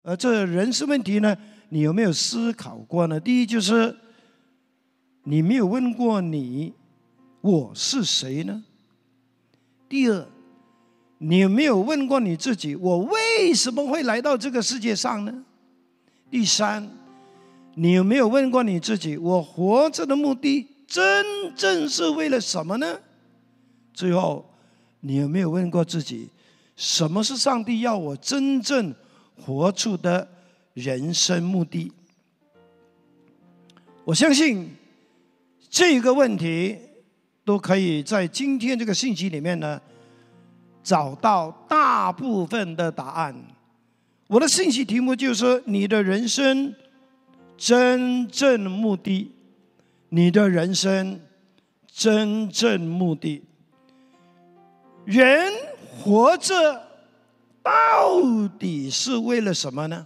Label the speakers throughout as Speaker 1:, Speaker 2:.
Speaker 1: 这人生问题呢，你有没有思考过呢？第一就是你没有问过我是谁呢？第二，你有没有问过你自己，我为什么会来到这个世界上呢？第三，你有没有问过你自己，我活着的目的真正是为了什么呢？最后，你有没有问过自己，什么是上帝要我真正活出的人生目的？我相信这个问题都可以在今天这个信息里面呢找到大部分的答案。我的信息题目就是你的人生真正目的，你的人生真正目的。人活着到底是为了什么呢？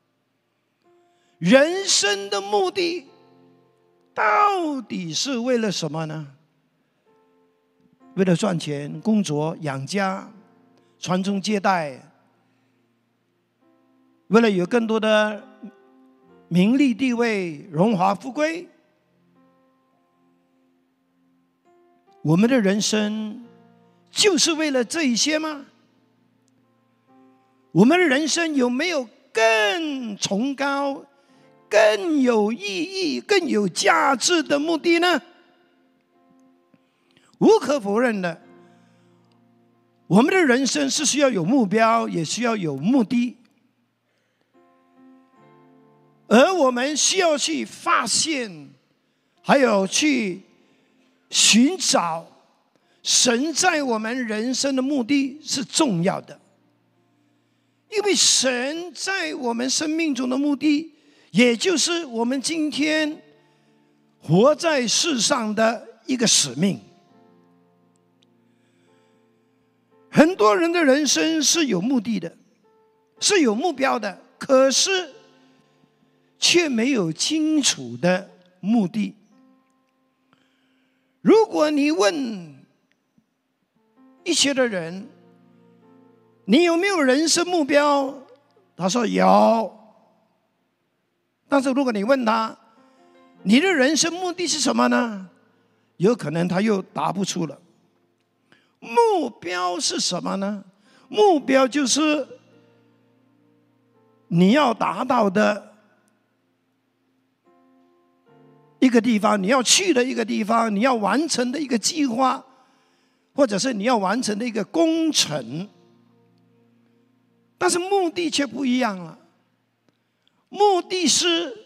Speaker 1: 人生的目的到底是为了什么呢？为了赚钱、工作、养家、传宗接代，为了有更多的名利地位、荣华富贵。我们的人生就是为了这一些吗？我们的人生有没有更崇高、更有意义、更有价值的目的呢？无可否认的，我们的人生是需要有目标，也需要有目的，而我们需要去发现，还有去寻找神在我们人生的目的是重要的。因为神在我们生命中的目的，也就是我们今天活在世上的一个使命。很多人的人生是有目的的，是有目标的，可是却没有清楚的目的。如果你问一些的人，你有没有人生目标？他说有。但是如果你问他，你的人生目的是什么呢？有可能他又答不出了。目标是什么呢？目标就是你要达到的一个地方，你要去的一个地方，你要完成的一个计划，或者是你要完成的一个工程。但是目的却不一样了。目的是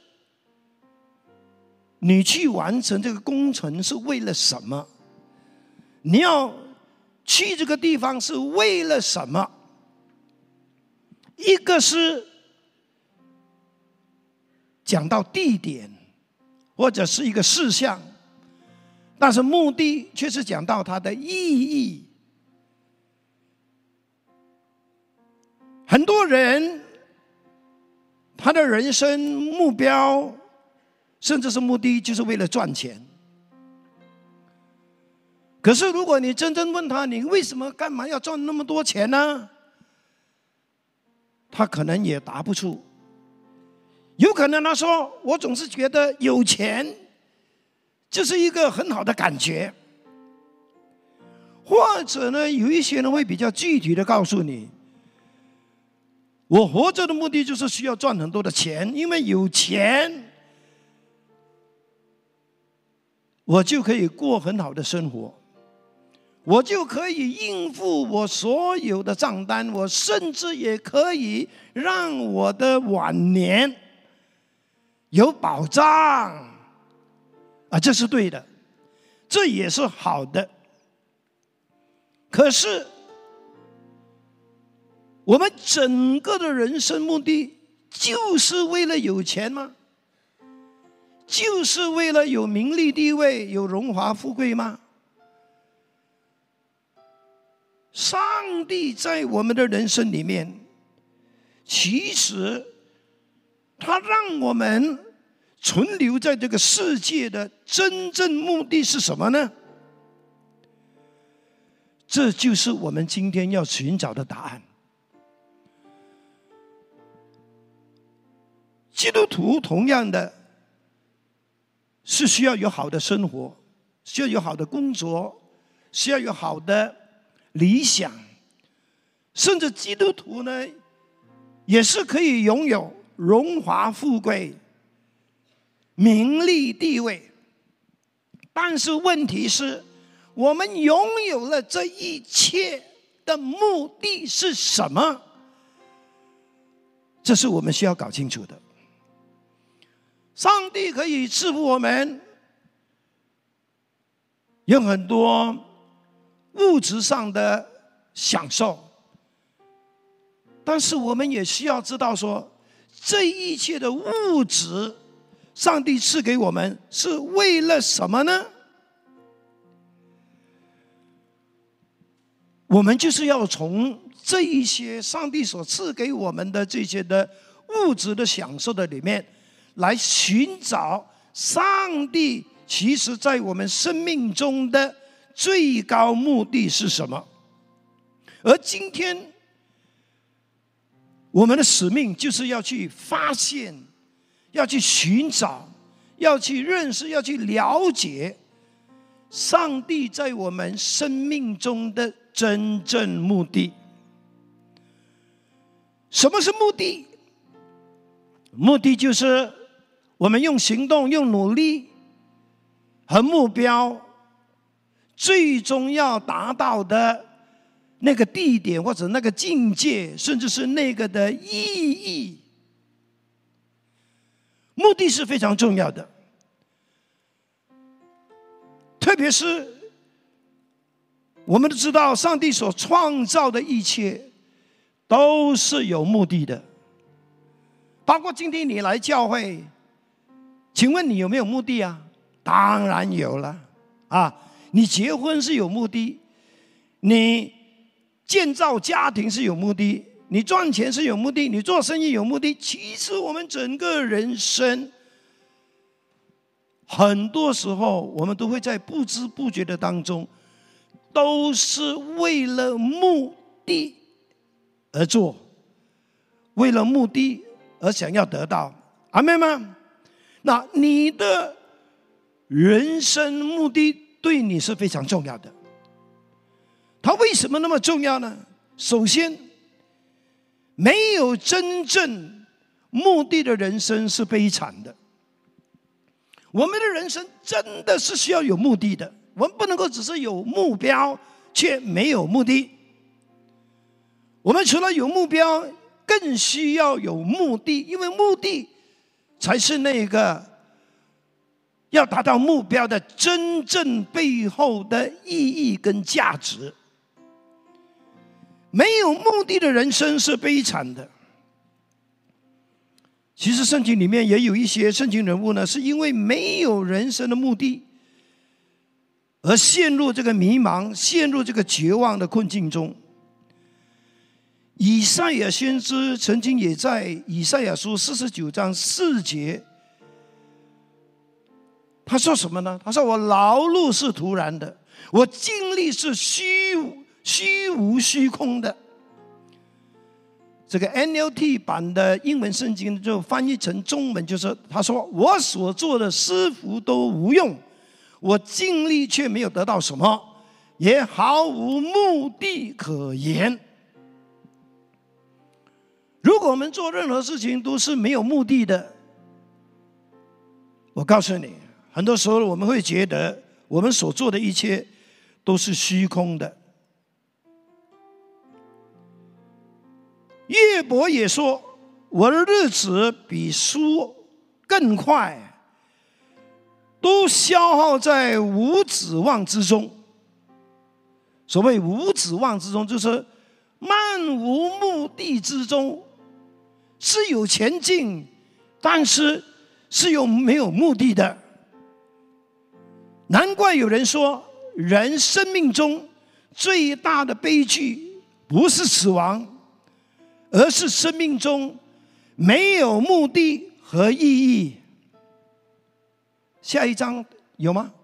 Speaker 1: 你去完成这个工程是为了什么？你要去这个地方是为了什么？一个是讲到地点或者是一个事项，但是目的却是讲到它的意义。很多人他的人生目标甚至是目的就是为了赚钱，可是如果你真正问他，你为什么干嘛要赚那么多钱呢？他可能也答不出。有可能他说，我总是觉得有钱就是一个很好的感觉。或者呢，有一些人会比较具体的告诉你，我活着的目的就是需要赚很多的钱，因为有钱我就可以过很好的生活，我就可以应付我所有的账单，我甚至也可以让我的晚年有保障啊，这是对的，这也是好的。可是我们整个的人生目的就是为了有钱吗？就是为了有名利地位、有荣华富贵吗？上帝在我们的人生里面，其实他让我们存留在这个世界的真正目的是什么呢？这就是我们今天要寻找的答案。 基督徒同样的是需要有好的生活，需要有好的工作，需要有好的理想，甚至基督徒呢也是可以拥有荣华富贵、名利地位。但是问题是，我们拥有了这一切的目的是什么？这是我们需要搞清楚的。上帝可以赐福我们有很多物质上的享受，但是我们也需要知道说，这一切的物质上帝赐给我们是为了什么呢？我们就是要从这一些上帝所赐给我们的这些的物质的享受的里面，来寻找上帝其实在我们生命中的最高目的是什么。而今天我们的使命就是要去发现，要去寻找，要去认识，要去了解上帝在我们生命中的真正目的。什么是目的？目的就是我们用行动、用努力和目标，最终要达到的那个地点或者那个境界，甚至是那个的意义。目的是非常重要的，特别是我们都知道，上帝所创造的一切都是有目的的。包括今天你来教会，请问你有没有目的啊？当然有了啊！你结婚是有目的，你建造家庭是有目的，你赚钱是有目的，你做生意有目的。其实我们整个人生，很多时候我们都会在不知不觉的当中，都是为了目的而做，为了目的而想要得到。阿们吗？那你的人生目的对你是非常重要的。它为什么那么重要呢？首先，没有真正目的的人生是悲惨的。我们的人生真的是需要有目的的，我们不能够只是有目标却没有目的。我们除了有目标，更需要有目的，因为目的才是那个要达到目标的真正背后的意义跟价值。没有目的的人生是悲惨的。其实圣经里面也有一些圣经人物呢，是因为没有人生的目的而陷入这个迷茫，陷入这个绝望的困境中。以赛亚先知曾经也在以赛亚书49章4节，他说什么呢？他说：“我劳碌是徒然的，我精力是虚无虚空的。”这个 NLT 版的英文圣经就翻译成中文，就是他说：“我所做的似乎都无用，我尽力却没有得到什么，也毫无目的可言。”如果我们做任何事情都是没有目的的，我告诉你，很多时候我们会觉得我们所做的一切都是虚空的。约伯也说：“我的日子比书更快，都消耗在无指望之中。”所谓无指望之中，就是漫无目的之中，是有前进，但是是有没有目的的。难怪有人说，人生命中最大的悲剧不是死亡，而是生命中没有目的和意义。下一章有吗？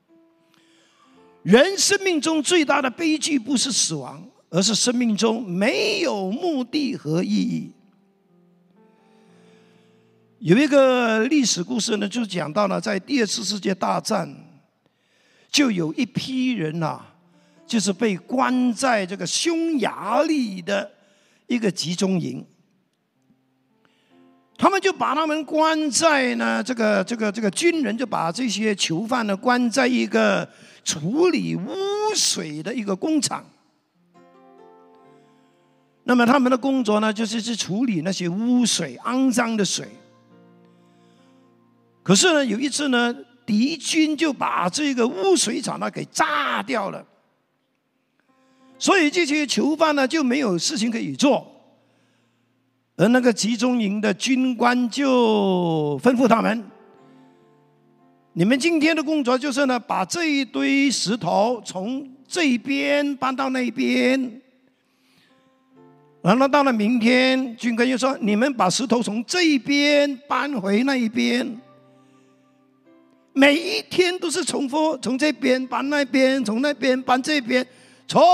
Speaker 1: 人生命中最大的悲剧不是死亡，而是生命中没有目的和意义。 有一个历史故事呢，就讲到了在第二次世界大战，就有一批人就是被关在这个匈牙利的一个集中营。他们就把他们关在呢，这个军人就把这些囚犯呢关在一个处理污水的一个工厂。那么他们的工作呢，就是去处理那些污水、肮脏的水。可是呢，有一次呢，敌军就把这个污水厂呢给炸掉了，所以这些囚犯呢就没有事情可以做。而那个集中营的军官就吩咐他们：你们今天的工作就是呢，把这一堆石头从这一边搬到那边。然后到了明天，军官又说：你们把石头从这一边搬回那一边。每一天都是重复，从这边搬那边，从那边搬这边，重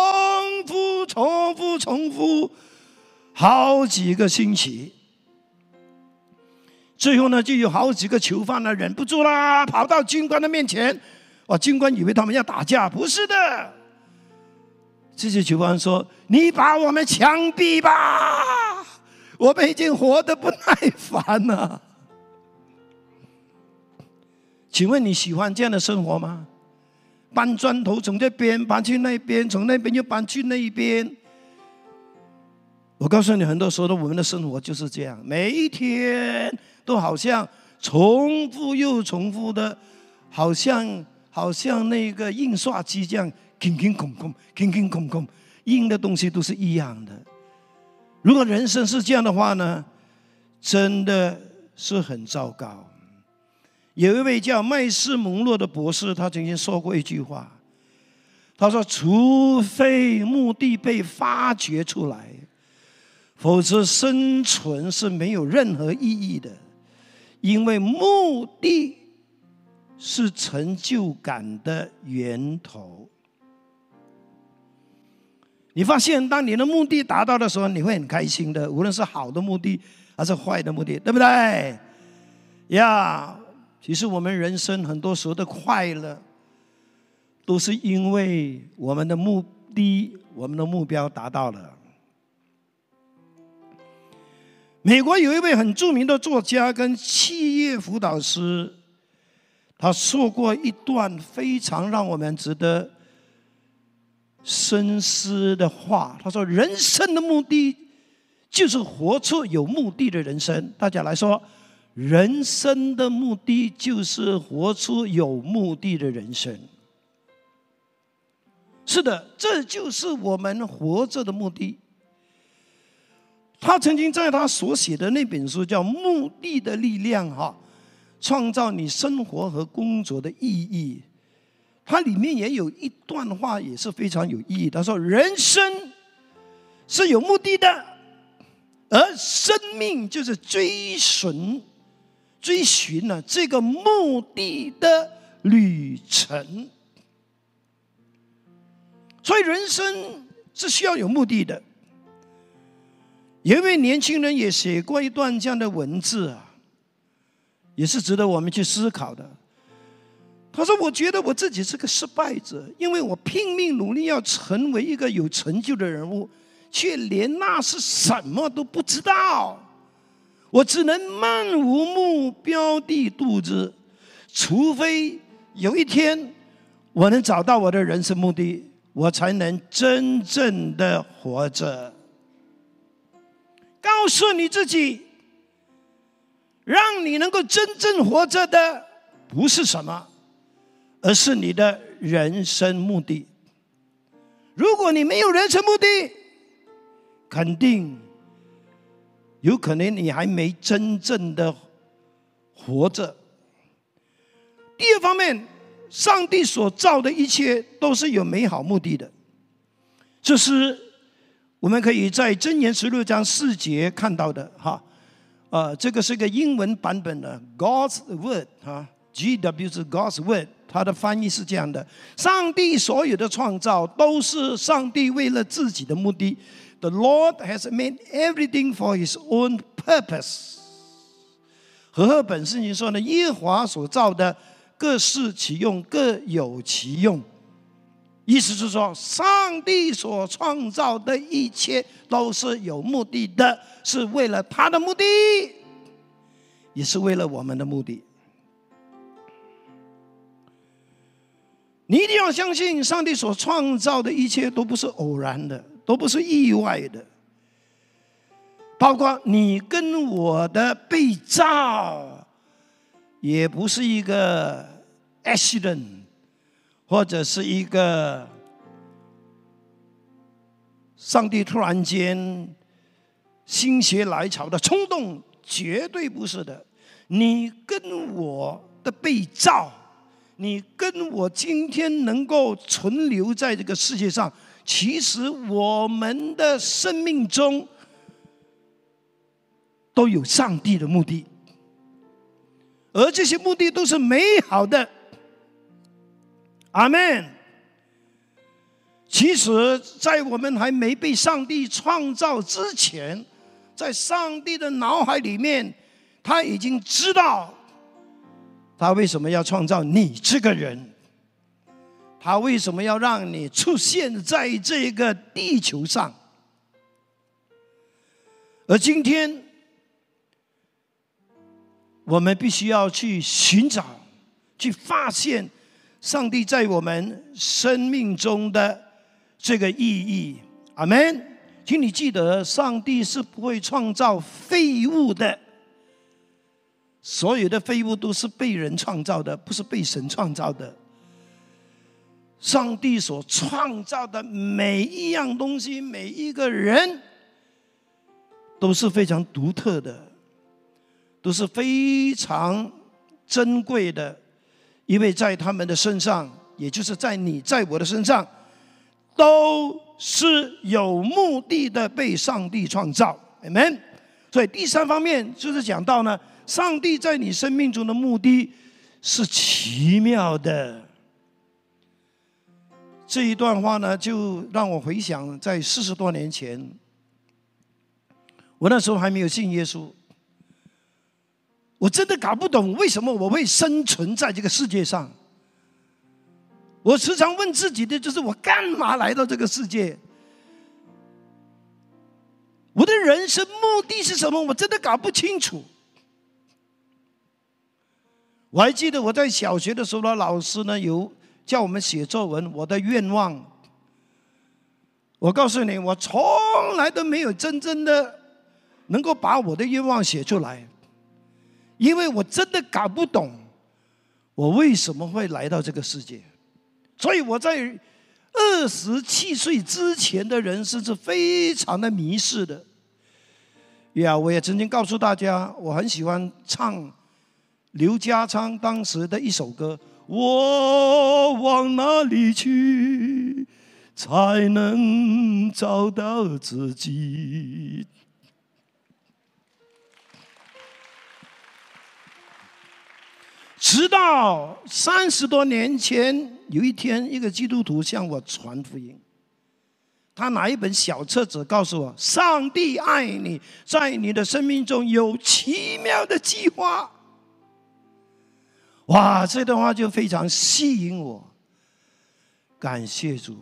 Speaker 1: 复。好几个星期，最后呢，就有好几个囚犯呢忍不住啦，跑到军官的面前。军官以为他们要打架，不是的。这些囚犯说：“你把我们枪毙吧，我们已经活得不耐烦了。”请问你喜欢这样的生活吗？搬砖头从这边搬去那边，从那边又搬去那一边。我告诉你，很多时候我们的生活就是这样，每一天都好像重复又重复的，好像那个印刷机这样，空，印的东西都是一样的。如果人生是这样的话呢，真的是很糟糕。有一位叫麦斯蒙洛的博士，他曾经说过一句话，他说：除非目的被发掘出来，否则生存是没有任何意义的，因为目的是成就感的源头。你发现当你的目的达到的时候，你会很开心的，无论是好的目的还是坏的目的，对不对呀？其实我们人生很多时候的快乐，都是因为我们的目的、我们的目标达到了。美国有一位很著名的作家跟企业辅导师，他说过一段非常让我们值得深思的话。他说：“人生的目的就是活出有目的的人生。”大家来说，人生的目的就是活出有目的的人生。是的，这就是我们活着的目的。他曾经在他所写的那本书叫《目的的力量》创造你生活和工作的意义。它里面也有一段话也是非常有意义。他说：“人生是有目的的，而生命就是追寻这个目的的旅程。”所以人生是需要有目的的。有一位年轻人也写过一段这样的文字也是值得我们去思考的。他说：“我觉得我自己是个失败者，因为我拼命努力要成为一个有成就的人物，却连那是什么都不知道。我只能漫无目标地度日，除非有一天我能找到我的人生目的，我才能真正的活着。”告诉你自己，让你能够真正活着的不是什么，而是你的人生目的。如果你没有人生目的，肯定有可能你还没真正的活着。第二方面，上帝所造的一切都是有美好目的的，这是我们可以在箴言16章4节看到的这个是个英文版本的 God's Word GW 是 God's Word， 它的翻译是这样的：上帝所有的创造都是上帝为了自己的目的。The Lord has made everything for His own purpose。 和合本圣经说呢，耶和华所造的各适其用，各有其用。意思是说，上帝所创造的一切都是有目的的，是为了他的目的，也是为了我们的目的。你一定要相信，上帝所创造的一切都不是偶然的，都不是意外的，包括你跟我的被造，也不是一个 accident， 或者是一个上帝突然间心血来潮的冲动，绝对不是的。你跟我的被造，你跟我今天能够存留在这个世界上，其实我们的生命中都有上帝的目的，而这些目的都是美好的。阿们。其实在我们还没被上帝创造之前，在上帝的脑海里面，他已经知道他为什么要创造你这个人，他为什么要让你出现在这个地球上。而今天我们必须要去寻找，去发现上帝在我们生命中的这个意义。阿们。请你记得，上帝是不会创造废物的，所有的废物都是被人创造的，不是被神创造的。上帝所创造的每一样东西，每一个人都是非常独特的，都是非常珍贵的，因为在他们的身上，也就是在你在我的身上，都是有目的的被上帝创造。 Amen。 所以第三方面就是讲到呢，上帝在你生命中的目的是奇妙的。这一段话呢，就让我回想在40多年前，我那时候还没有信耶稣，我真的搞不懂为什么我会生存在这个世界上。我时常问自己的就是，我干嘛来到这个世界？我的人生目的是什么？我真的搞不清楚。我还记得我在小学的时候呢，老师呢有叫我们写作文，我的愿望。我告诉你，我从来都没有真正的能够把我的愿望写出来，因为我真的搞不懂我为什么会来到这个世界。所以我在27岁之前的人生是非常的迷失的。我也曾经告诉大家，我很喜欢唱刘家昌当时的一首歌，我往哪里去才能找到自己。直到30多年前，有一天，一个基督徒向我传福音，他拿一本小册子告诉我，上帝爱你，在你的生命中有奇妙的计划。哇，这段话就非常吸引我，感谢主。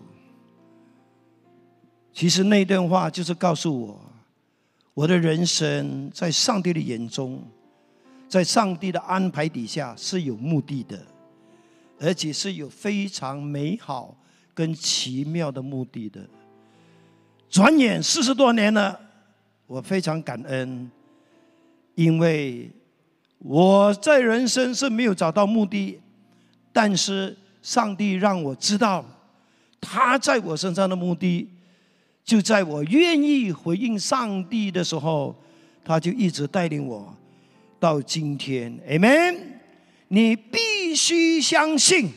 Speaker 1: 其实那段话就是告诉我，我的人生在上帝的眼中，在上帝的安排底下是有目的的，而且是有非常美好跟奇妙的目的的。转眼40多年了，我非常感恩，因为我在人生是没有找到目的，但是上帝让我知道他在我身上的目的，就在我愿意回应上帝的时候，他就一直带领我到今天。 Amen。 你必须相信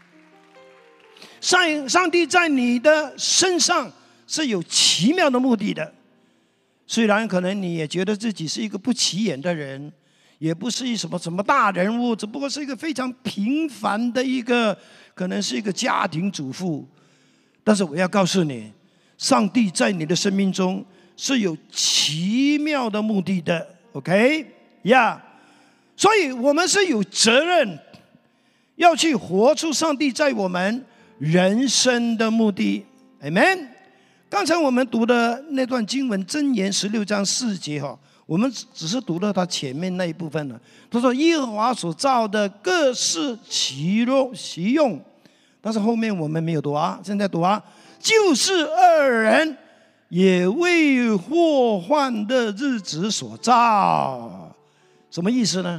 Speaker 1: 上帝在你的身上是有奇妙的目的的。虽然可能你也觉得自己是一个不起眼的人，也不是什么大人物，只不过是一个非常平凡的一个，可能是一个家庭主妇，但是我要告诉你，上帝在你的生命中是有奇妙的目的的。 OK 呀、 所以我们是有责任要去活出上帝在我们人生的目的。 Amen。 刚才我们读的那段经文箴言16章4节，我们只是读到它前面那一部分了。他说耶和华所造的各是其用，但是后面我们没有读啊，现在读啊，就是恶人也为祸患的日子所造。什么意思呢？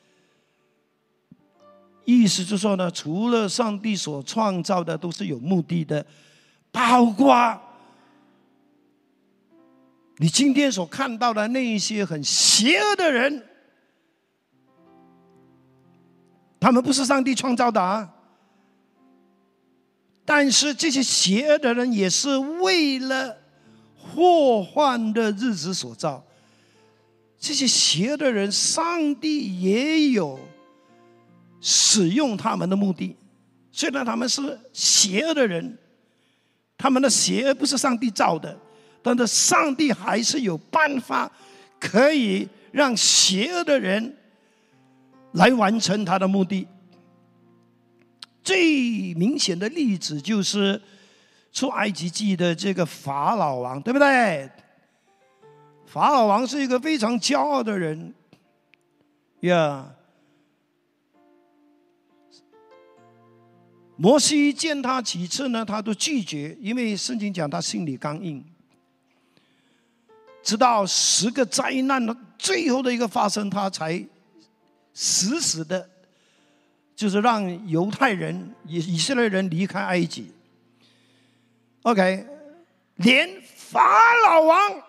Speaker 1: 意思就是说呢，除了上帝所创造的都是有目的的，包括你今天所看到的那一些很邪恶的人，他们不是上帝创造的啊，但是这些邪恶的人也是为了祸患的日子所造。这些邪恶的人，上帝也有使用他们的目的。虽然他们是邪恶的人，他们的邪恶不是上帝造的，但是上帝还是有办法可以让邪恶的人来完成他的目的。最明显的例子就是出埃及记的这个法老王，对不对？法老王是一个非常骄傲的人呀。摩西见他几次呢，他都拒绝，因为圣经讲他心里刚硬。直到10个灾难的最后的一个发生，他才死死的，就是让犹太人、以色列人离开埃及。OK， 连法老王，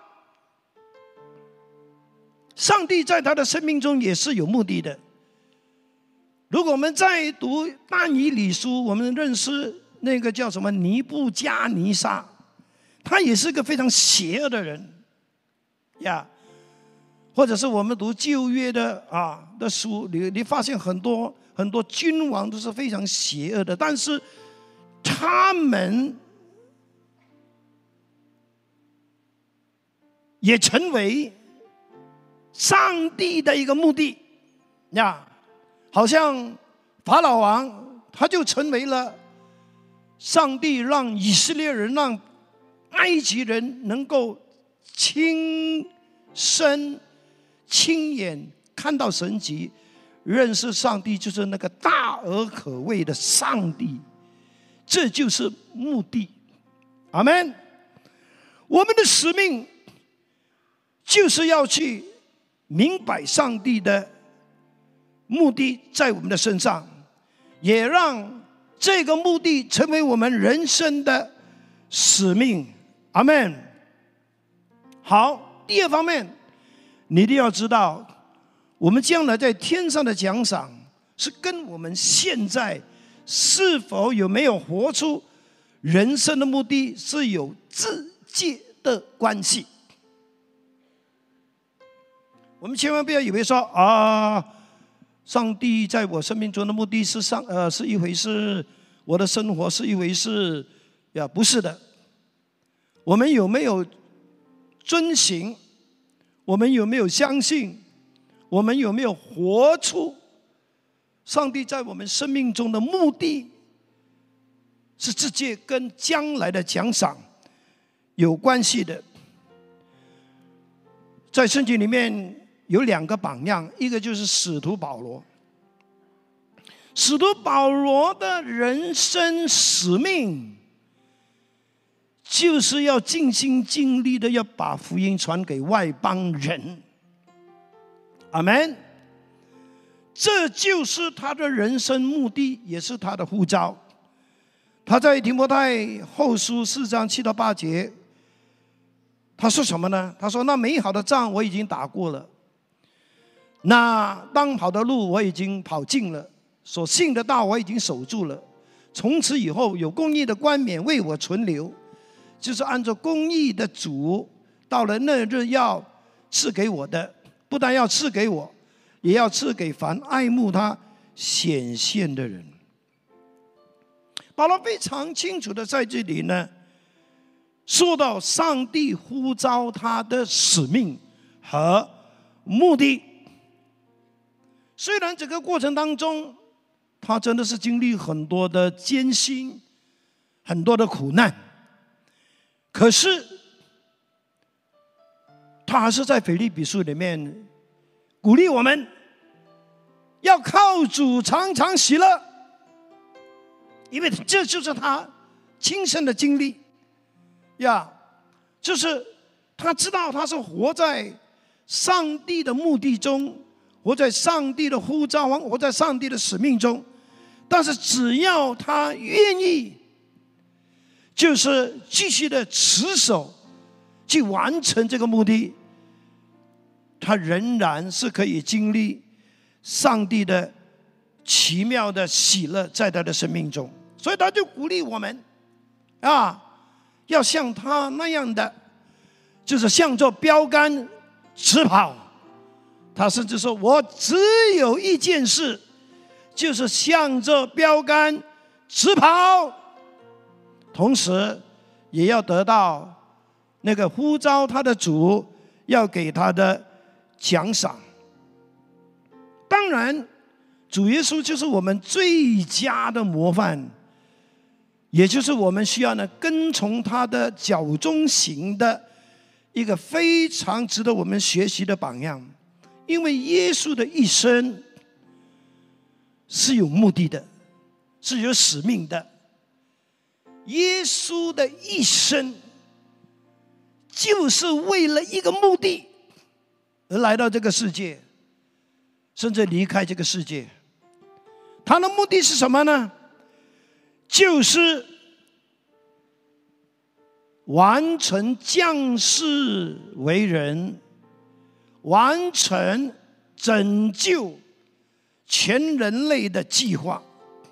Speaker 1: 上帝在他的生命中也是有目的的。如果我们再读但以理书，我们认识那个叫什么尼布加尼撒，他也是个非常邪恶的人呀。或者是我们读旧约的书，你发现很多君王都是非常邪恶的，但是他们也成为上帝的一个目的呀。好像法老王，他就成为了上帝让以色列人、让埃及人能够亲眼看到神迹，认识上帝就是那个大而可畏的上帝，这就是目的。阿们。我们的使命就是要去明白上帝的目的在我们的身上，也让这个目的成为我们人生的使命。阿们。好，第二方面，你一定要知道，我们将来在天上的奖赏是跟我们现在是否有没有活出人生的目的是有直接的关系。我们千万不要以为说上帝在我生命中的目的是一回事，我的生活是一回事呀，不是的。我们有没有遵行？我们有没有相信？我们有没有活出上帝在我们生命中的目的？是直接跟将来的奖赏有关系的。在圣经里面有2个榜样，一个就是使徒保罗。使徒保罗的人生使命就是要尽心尽力的要把福音传给外邦人。阿们。这就是他的人生目的，也是他的呼召。他在提摩太后书4章7到8节，他说什么呢？他说：那美好的仗我已经打过了，那当跑的路我已经跑尽了，所信的道我已经守住了。从此以后，有公义的冠冕为我存留，就是按照公义的主到了那日要赐给我的，不但要赐给我，也要赐给凡爱慕他显现的人。保罗非常清楚的在这里呢，说到上帝呼召他的使命和目的。 虽然整个过程当中，他真的是经历很多的艰辛，很多的苦难，可是他还是在腓立比书里面鼓励我们，要靠主常常喜乐，因为这就是他亲身的经历呀，就是他知道他是活在上帝的目的中，活在上帝的呼召，活在上帝的使命中。但是只要他愿意，就是继续的持守，去完成这个目的，他仍然是可以经历上帝的奇妙的喜乐在他的生命中。所以他就鼓励我们要像他那样的，就是向着标杆直跑。他甚至说，我只有一件事，就是向着标杆直跑，同时也要得到那个呼召他的主要给他的奖赏。当然主耶稣就是我们最佳的模范，也就是我们需要呢跟从他的脚中行的一个非常值得我们学习的榜样。因为耶稣的一生是有目的的，是有使命的。耶稣的一生就是为了一个目的而来到这个世界，甚至离开这个世界。他的目的是什么呢？就是完成降世为人，完成拯救全人类的计划。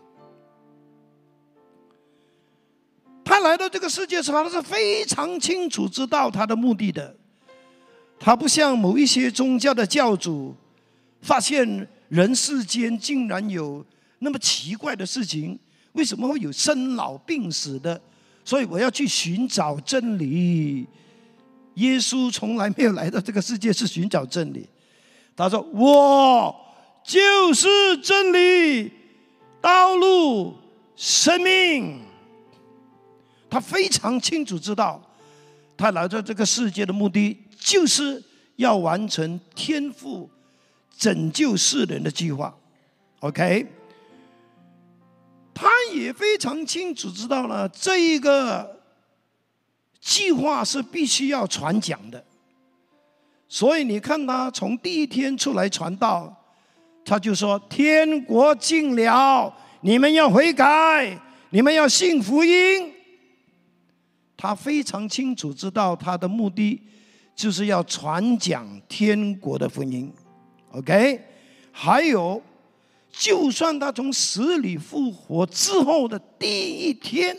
Speaker 1: 他来到这个世界上，他是非常清楚知道他的目的的。他不像某一些宗教的教主，发现人世间竟然有那么奇怪的事情，为什么会有生老病死的？所以我要去寻找真理。耶稣从来没有来到这个世界是寻找真理，他说我就是真理、道路、生命。他非常清楚知道，他来到这个世界的目的就是要完成天父拯救世人的计划。 OK， 他也非常清楚知道了这一个计划是必须要传讲的，所以你看他从第一天出来传道，他就说天国近了，你们要悔改，你们要信福音。他非常清楚知道他的目的就是要传讲天国的福音。 OK， 还有就算他从死里复活之后的第一天，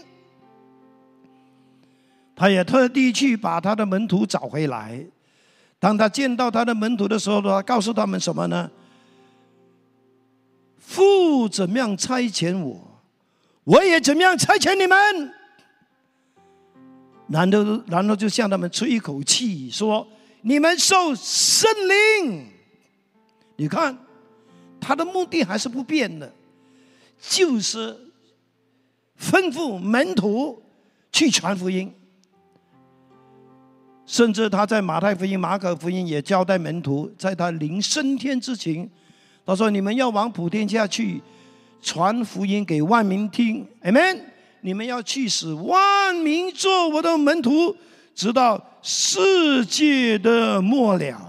Speaker 1: 他也特地去把他的门徒找回来。当他见到他的门徒的时候，他告诉他们什么呢？父怎么样差遣我，我也怎么样差遣你们。然后就向他们吹一口气，说你们受圣灵。你看他的目的还是不变的，就是吩咐门徒去传福音。甚至他在马太福音、马可福音也交代门徒，在他临升天之前，他说你们要往普天下去，传福音给万民听。 Amen， 你们要去使万民做我的门徒，直到世界的末了。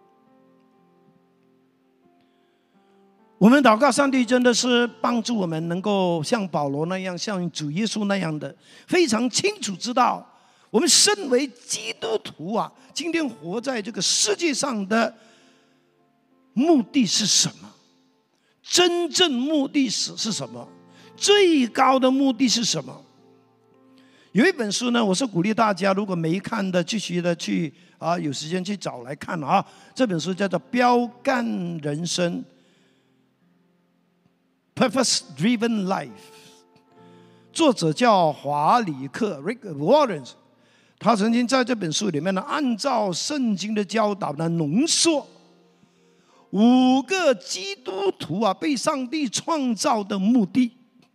Speaker 1: 我们祷告上帝真的是帮助我们能够像保罗那样，像主耶稣那样的非常清楚知道我们身为基督徒啊，今天活在这个世界上的目的是什么，真正目的是什么，最高的目的是什么。有一本书呢，我是鼓励大家如果没看的继续的去有时间去找来看啊。这本书叫做《标杆人生》Purpose-Driven Life， 作者叫华里克 Rick Warren， 他曾经在这本书里面呢，按照圣经的教导呢，浓缩 5个基督徒啊被上帝创造的目的。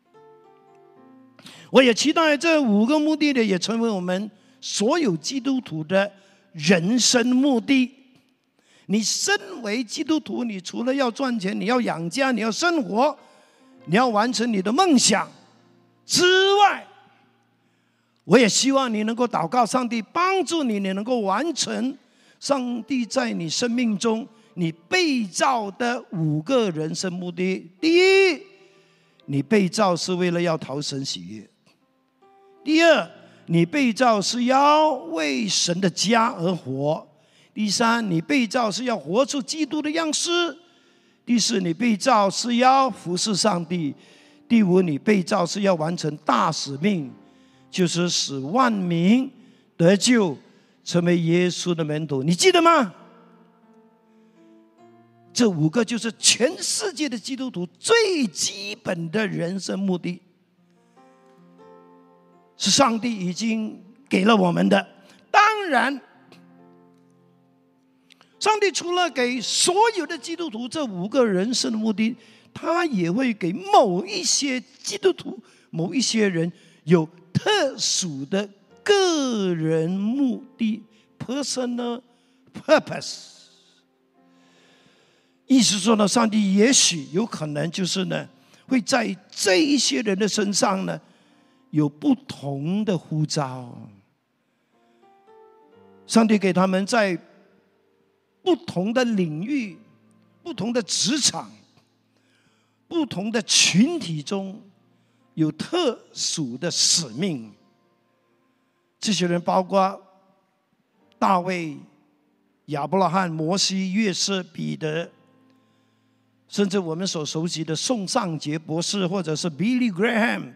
Speaker 1: 我也期待这5个目的呢，也成为我们所有基督徒的人生目的。你身为基督徒，你除了要赚钱，你要养家，你要生活，你要完成你的梦想之外，我也希望你能够祷告上帝帮助你，你能够完成上帝在你生命中你被造的5个人生目的。第一，你被造是为了要讨神喜悦；第二，你被造是要为神的家而活；第三，你被造是要活出基督的样式；第四，你被造是要服侍上帝；第五，你被造是要完成大使命，就是使万民得救，成为耶稣的门徒。你记得吗？这5个就是全世界的基督徒最基本的人生目的，是上帝已经给了我们的。当然，上帝除了给所有的基督徒这5个人生的目的，他也会给某一些基督徒、某一些人有特殊的个人目的 （personal purpose）。意思说呢，上帝也许有可能就是呢，会在这一些人的身上呢，有不同的呼召。上帝给他们在不同的领域、不同的职场、不同的群体中有特殊的使命。这些人包括大卫、亚伯拉罕、摩西、约瑟、彼得，甚至我们所熟悉的宋尚杰博士，或者是 Billy Graham，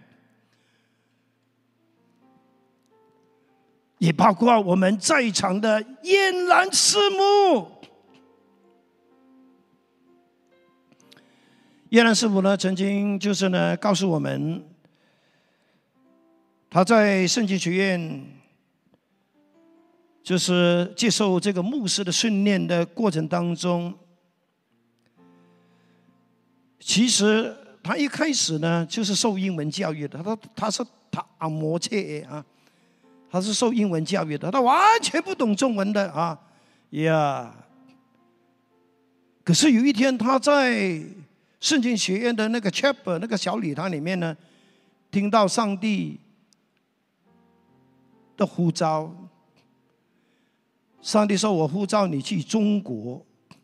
Speaker 1: 也包括我们在场的燕兰师母。燕兰师母呢，曾经就是呢告诉我们，他在圣经学院就是接受这个牧师的训练的过程当中，其实他一开始呢就是受英文教育的。他是塔摩切啊，他是受英文教育的，他完全不懂中文的啊呀。可是有一天，他在圣经学院的那个 chapel 那个小礼堂里面呢，听到上帝的呼召。上帝说：“我呼召你去中国。”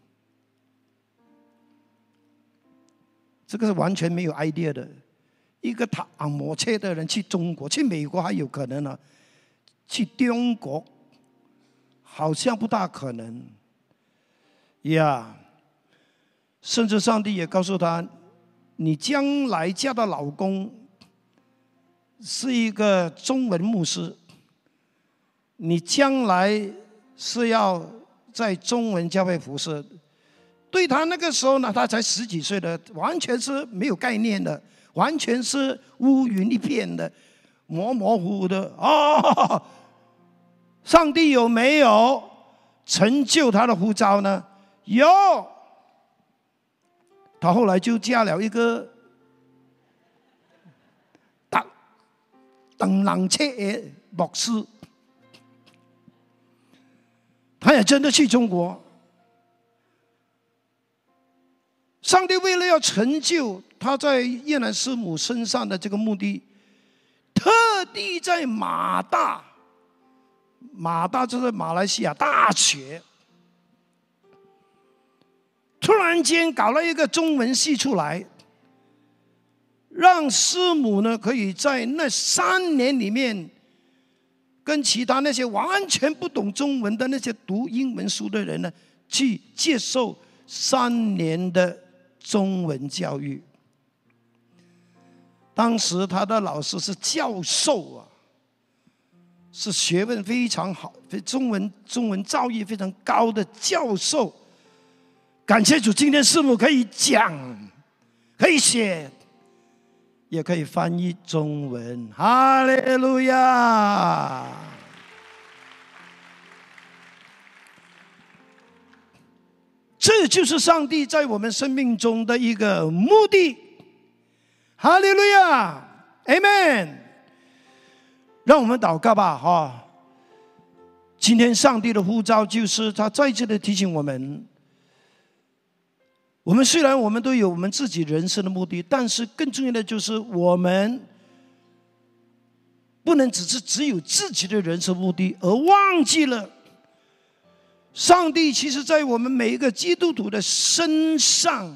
Speaker 1: 这个是完全没有 idea 的。一个塔摩切的人去中国，去美国还有可能呢，去中国好像不大可能呀。甚至上帝也告诉他，你将来嫁的老公是一个中文牧师，你将来是要在中文教会服侍。对他那个时候呢，他才10几岁的，完全是没有概念的，完全是乌云一片的，模模糊糊的。哦，上帝有没有成就他的呼召呢？有。他后来就嫁了一个邓朗切的牧师，他也真的去中国。上帝为了要成就他在叶兰师母身上的这个目的，特地在马大就是马来西亚大学，突然间搞了一个中文系出来，让师母呢可以在那3年里面，跟其他那些完全不懂中文的那些读英文书的人呢，去接受3年的中文教育。当时他的老师是教授啊，是学问非常好、中文造诣非常高的教授。感谢主，今天师母可以讲，可以写，也可以翻译中文。哈利路亚！ 这就是上帝在我们生命中的一个目的。哈利路亚 ，Amen。让我们祷告吧，哈！今天上帝的呼召就是他再次的提醒我们，我们虽然我们都有我们自己人生的目的，但是更重要的就是我们不能只有自己的人生目的，而忘记了上帝其实在我们每一个基督徒的身上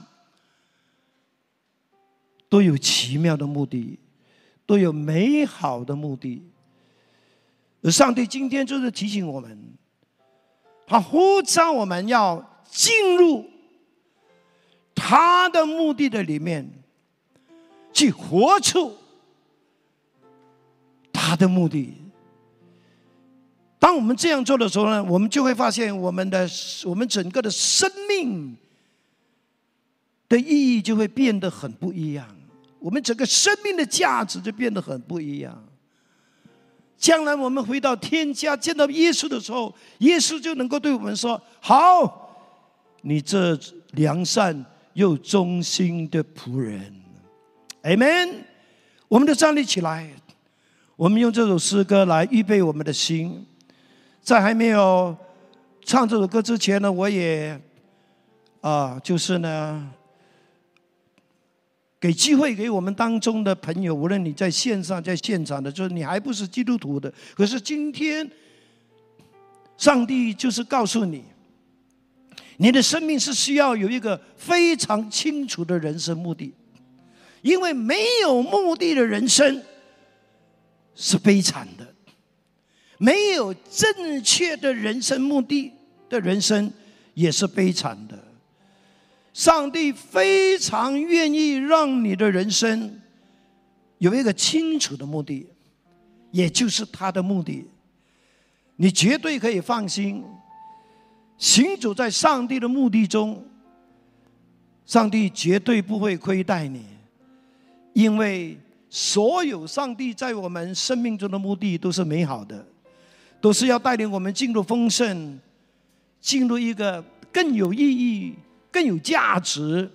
Speaker 1: 都有奇妙的目的，都有美好的目的。而上帝今天就是提醒我们，他呼召我们要进入他的目的的里面，去活出他的目的。当我们这样做的时候呢，我们就会发现我们整个的生命的意义就会变得很不一样，我们整个生命的价值就变得很不一样。将来我们回到天家见到耶稣的时候，耶稣就能够对我们说：好，你这良善又忠心的仆人。 Amen。 我们都站立起来，我们用这首诗歌来预备我们的心。在还没有唱这首歌之前呢，我也就是呢给机会给我们当中的朋友，无论你在线上在现场的，就是你还不是基督徒的，可是今天上帝就是告诉你，你的生命是需要有一个非常清楚的人生目的，因为没有目的的人生是悲惨的，没有正确的人生目的的人生也是悲惨的。上帝非常愿意让你的人生有一个清楚的目的，也就是他的目的。你绝对可以放心，行走在上帝的目的中，上帝绝对不会亏待你，因为所有上帝在我们生命中的目的都是美好的，都是要带领我们进入丰盛，进入一个更有意义、更有价值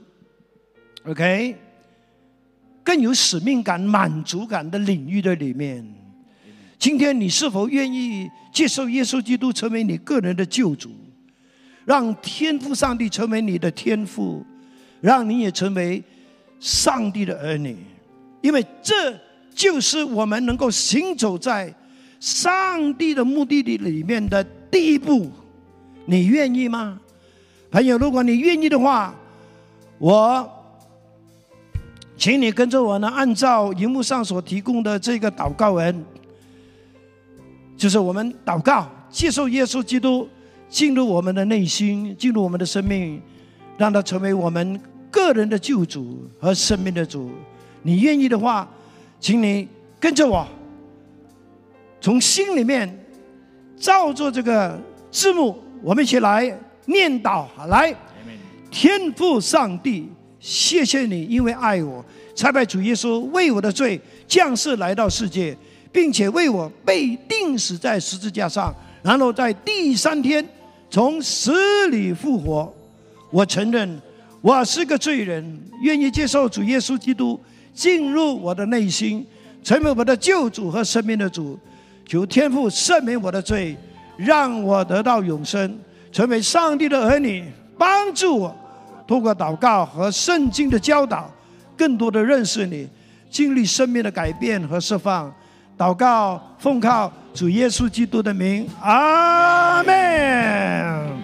Speaker 1: ，OK， 更有使命感、满足感的领域的里面。今天你是否愿意接受耶稣基督成为你个人的救主，让天父上帝成为你的天父，让你也成为上帝的儿女？因为这就是我们能够行走在上帝的目的里面的第一步。你愿意吗？朋友，如果你愿意的话，我请你跟着我呢，按照荧幕上所提供的这个祷告文，就是我们祷告接受耶稣基督进入我们的内心，进入我们的生命，让他成为我们个人的救主和生命的主。你愿意的话，请你跟着我，从心里面照着这个字幕，我们一起来念祷。来，天父上帝，谢谢你，因为爱我，差派主耶稣为我的罪降世来到世界，并且为我被钉死在十字架上，然后在第3天从死里复活。我承认我是个罪人，愿意接受主耶稣基督进入我的内心，成为我的救主和生命的主。求天父赦免我的罪，让我得到永生，成为上帝的儿女。帮助我透过祷告和圣经的教导，更多的认识你，经历生命的改变和释放。祷告奉靠主耶稣基督的名，阿们。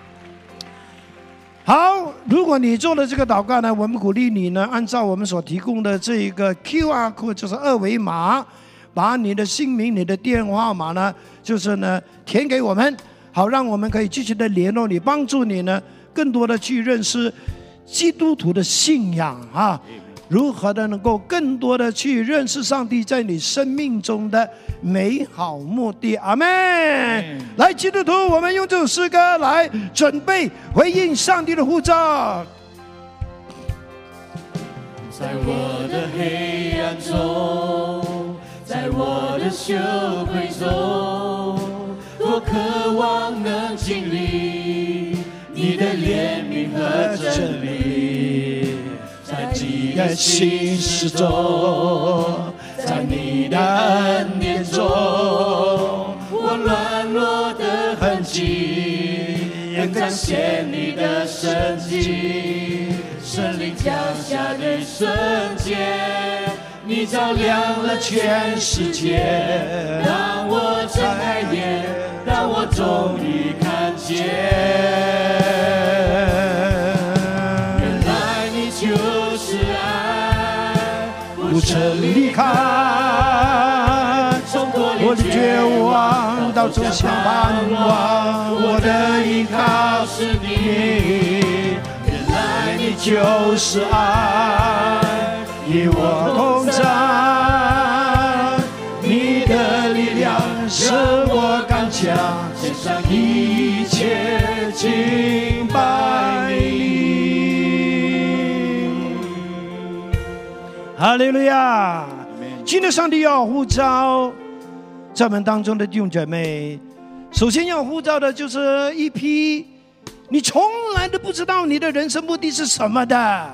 Speaker 1: 好，如果你做了这个祷告呢，我们鼓励你呢，按照我们所提供的这个 QR code， 就是2维码，把你的姓名、你的电话号码呢，就是呢填给我们，好让我们可以继续的联络你，帮助你呢更多的去认识基督徒的信仰啊，如何的能够更多的去认识上帝在你生命中的美好目的。阿们。来，基督徒，我们用这首诗歌来准备回应上帝的呼召。
Speaker 2: 在我的黑暗中，在我的羞愧中，多渴望能经历你的怜悯
Speaker 1: 你的心事中，在你的恩典中，
Speaker 2: 我软弱的痕迹，仍彰显你的神迹。圣灵降下的瞬间，你照亮了全世界，让我睁开眼，让我终于看见，原来你就是爱，
Speaker 1: 不曾离开，我的绝望到走向盼望，我的依靠是你，原来你就是爱，与我同在，你的力量使我刚强，献上一切敬拜你。哈利路亚！今天上帝要呼召在我们当中的弟兄姐妹，首先要呼召的就是一批你从来都不知道你的人生目的是什么的。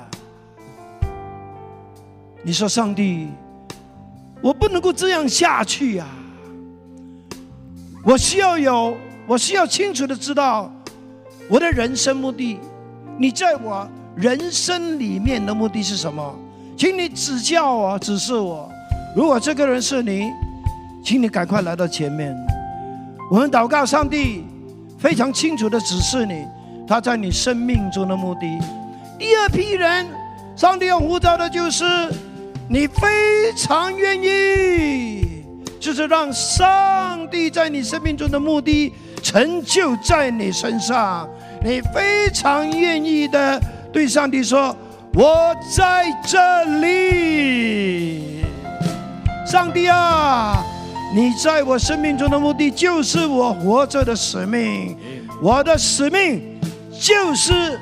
Speaker 1: 你说上帝，我不能够这样下去啊，我需要清楚的知道我的人生目的，你在我人生里面的目的是什么，请你指教我，指示我。如果这个人是你，请你赶快来到前面，我们祷告上帝非常清楚的指示你他在你生命中的目的。第二批人上帝要呼召的就是你非常愿意，就是让上帝在你生命中的目的成就在你身上，你非常愿意的对上帝说，我在这里。上帝啊，你在我生命中的目的就是我活着的使命，我的使命就是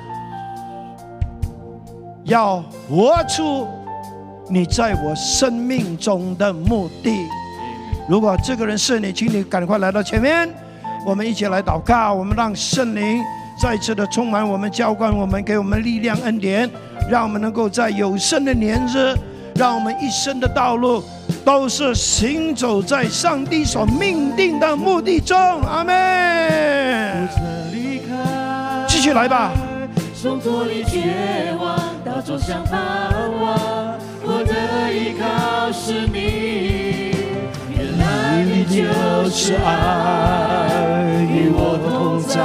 Speaker 1: 要活出你在我生命中的目的。如果这个人是你，请你赶快来到前面，我们一起来祷告，我们让圣灵再次的充满我们，浇灌我们，给我们力量恩典，让我们能够在有生的年日，让我们一生的道路都是行走在上帝所命定的目的中。阿们。继续来吧。
Speaker 2: 从脱离绝望到走向盼望，我的依靠是你，原来你就是爱，与我同在，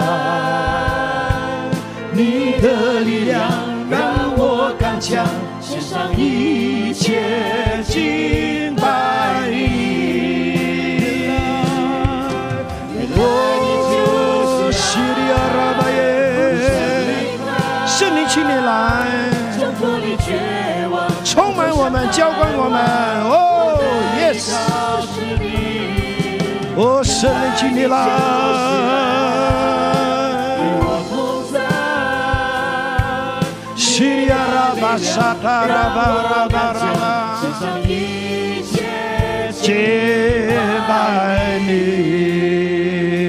Speaker 2: 你的力量让我刚强，献上一切敬拜你，原来你就是爱。
Speaker 1: 圣灵，请你来，充满我们，浇灌我们。哦 ，yes。哦，圣灵，请你来。西呀拉巴沙塔拉巴拉巴拉，敬拜你。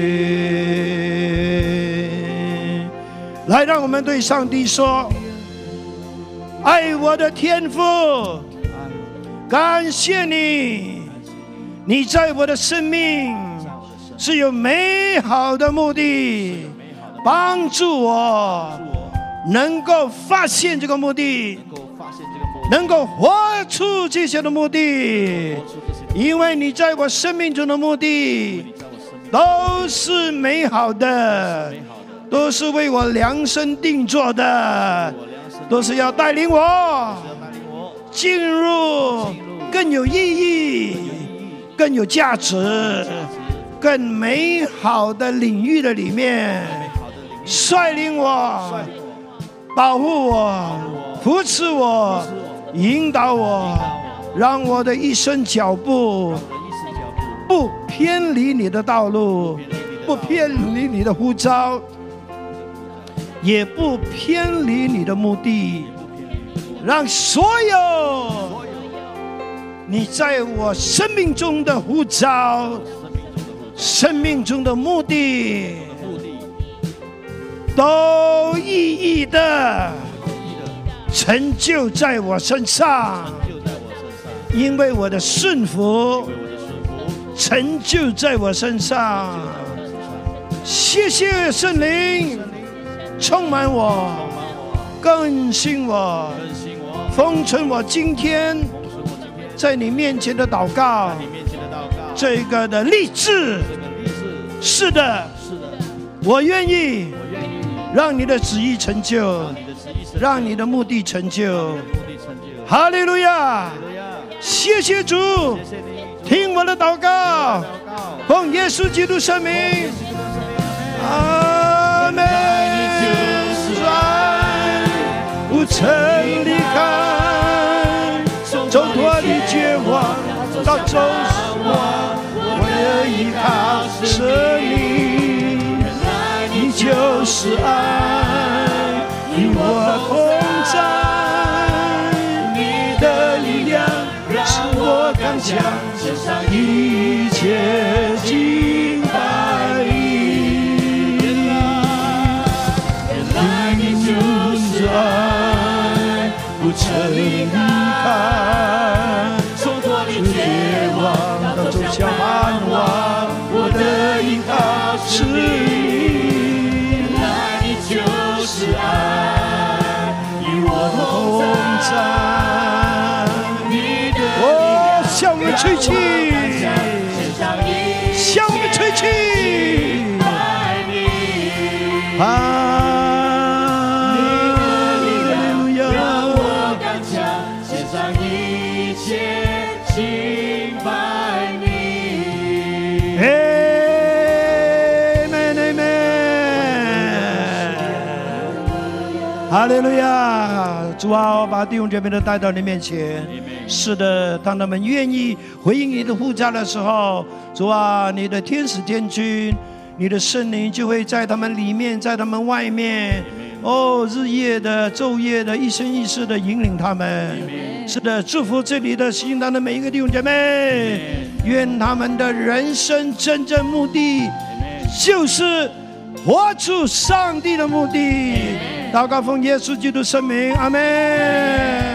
Speaker 1: 来，让我们对上帝说：爱我的天父，感谢你，你在我的生命是有美好的目的，帮助我能够发现这个目的，能够活出这些的目的，因为你在我生命中的目的都是美好的，都是为我量身定做的，都是要带领我进入更有意义、更有价值、更美好的领域的里面，率领我、保护我、扶持我、引导我，让我的一生脚步不偏离你的道路，不偏离你的呼召，也不偏离你的目的，让所有你在我生命中的呼召、生命中的目的都一一的成就在我身上，因为我的顺服成就在我身上。谢谢圣灵充满我，更新我，封存我今天在你面前的祷告，这个的立志。是的，我愿意让你的旨意成就，让你的目的成就。哈利路亚！谢谢主，听我的祷告，奉耶稣基督圣名，阿门。不曾离开，走脱离绝望，到走死我的依靠是你，你就是爱，与我同在，你的力量使我刚强，献上一切敬拜你。原来你就是爱，不曾离开，从脱离绝望到走向盼望，我的依靠是你。原来你就是爱，与我同在，你的力量向我吹气，向我吹气，哈利路亚！主啊，我把弟兄姐妹都带到你面前。是的，当他们愿意回应你的呼召的时候，主啊，你的天使天军，你的圣灵就会在他们里面，在他们外面，日夜的、昼夜的、一生一世的引领他们。是的，祝福这里的新堂的每一个弟兄姐妹，愿他们的人生真正目的就是活出上帝的目的。祷告奉耶稣基督圣名，阿们。